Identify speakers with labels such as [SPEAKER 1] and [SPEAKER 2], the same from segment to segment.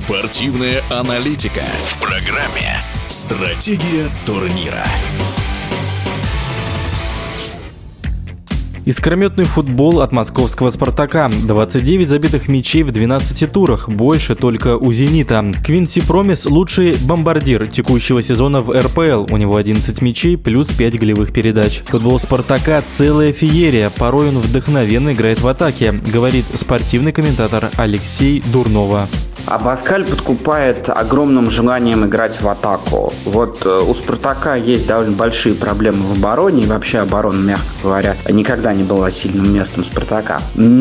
[SPEAKER 1] Спортивная аналитика в программе «Стратегия турнира».
[SPEAKER 2] Искрометный футбол от московского «Спартака». 29 забитых мячей в 12 турах, больше только у «Зенита». Квинси Промис – лучший бомбардир текущего сезона в РПЛ. У него 11 мячей плюс 5 голевых передач. Футбол «Спартака» – целая феерия. Порой он вдохновенно играет в атаке, говорит спортивный комментатор Алексей Дурнова.
[SPEAKER 3] Абаскаль подкупает огромным желанием играть в атаку. Вот у «Спартака» есть довольно большие проблемы в обороне, и вообще оборона, мягко говоря, никогда не была сильным местом «Спартака».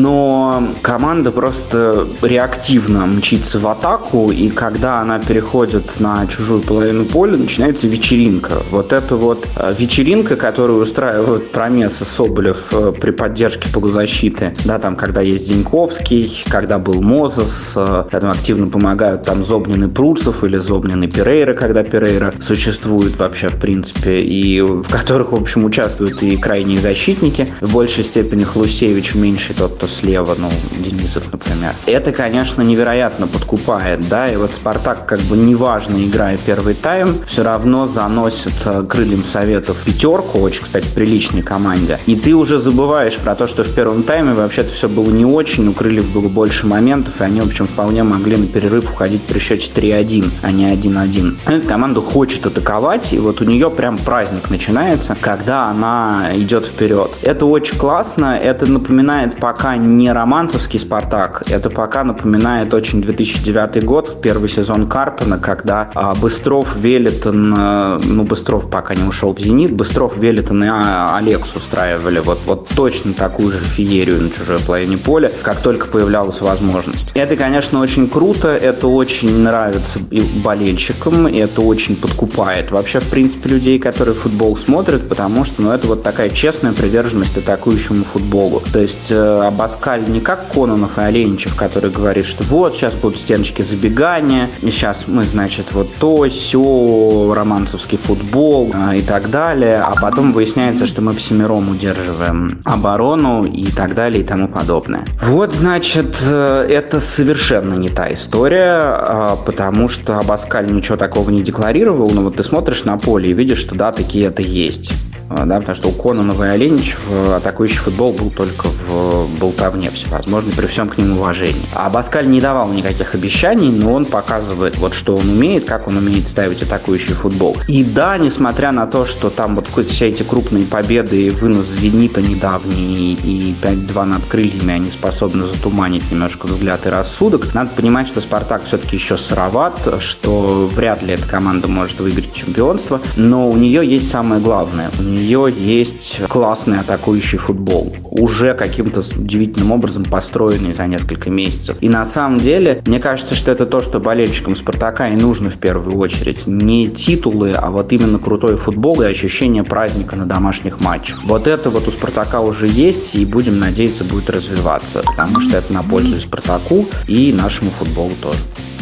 [SPEAKER 3] Но команда просто реактивно мчится в атаку, и когда она переходит на чужую половину поля, начинается вечеринка. Вот эта вот вечеринка, которую устраивают Промес и Соболев при поддержке полузащиты, да, там, когда есть Зиньковский, когда был Мозес, рядом активно помогают там Зобнин и Пруцев или Зобнин и Перейра, когда Перейра существует вообще в принципе, и в которых, в общем, участвуют и крайние защитники, в большей степени Хлусевич, в меньшей тот, кто слева, Денисов, например. Это, конечно, невероятно подкупает, да, и вот «Спартак», как бы неважно, играя первый тайм, все равно заносит крыльям Советов пятерку, очень, кстати, приличной команде, и ты уже забываешь про то, что в первом тайме вообще-то все было не очень, у крыльев было больше моментов, и они, в общем, вполне могли на перерыв уходить при счете 3-1, а не 1-1. Эта команда хочет атаковать, и вот у нее прям праздник начинается, когда она идет вперед. Это очень классно, это напоминает пока не романцевский «Спартак», это пока напоминает очень 2009 год, первый сезон Карпина, когда Быстров, Велитон, Быстров пока не ушел в «Зенит», Быстров, Велитон и Алекс устраивали вот точно такую же феерию на чужой половине поля, как только появлялась возможность. Это, конечно, очень круто, это очень нравится и болельщикам, и это очень подкупает вообще, в принципе, людей, которые футбол смотрят, потому что, это вот такая честная приверженность атакующему футболу. То есть Абаскаль не как Кононов и Оленичев, который говорит, что вот, сейчас будут стеночки забегания, и сейчас мы, значит, вот то, сё, романцевский футбол и так далее, а потом выясняется, что мы всемиром удерживаем оборону и так далее и тому подобное. Вот, значит, это совершенно не та история, потому что Абаскаль ничего такого не декларировал, но вот ты смотришь на поле и видишь, что да, такие это есть. Да, потому что у Кононова и Оленичева атакующий футбол был только в болтовне всевозможной, при всем к ним уважении. А Абаскаль не давал никаких обещаний, но он показывает, вот что он умеет, как он умеет ставить атакующий футбол. И да, несмотря на то, что там вот все эти крупные победы, вынос «Зенита» недавний и 5-2 над крыльями, они способны затуманить немножко взгляд и рассудок, надо понимать, что «Спартак» все-таки еще сыроват, что вряд ли эта команда может выиграть чемпионство, но у нее есть самое главное. У нее есть классный атакующий футбол, уже каким-то удивительным образом построенный за несколько месяцев. И на самом деле, мне кажется, что это то, что болельщикам «Спартака» и нужно в первую очередь. Не титулы, а вот именно крутой футбол и ощущение праздника на домашних матчах. Вот это вот у «Спартака» уже есть, и будем надеяться, будет развиваться, потому что это на пользу и «Спартаку», и нашему футболу тоже.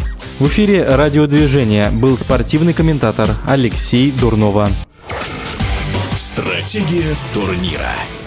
[SPEAKER 2] В эфире радиодвижения был спортивный комментатор Алексей Дурнова.
[SPEAKER 1] Стратегия турнира.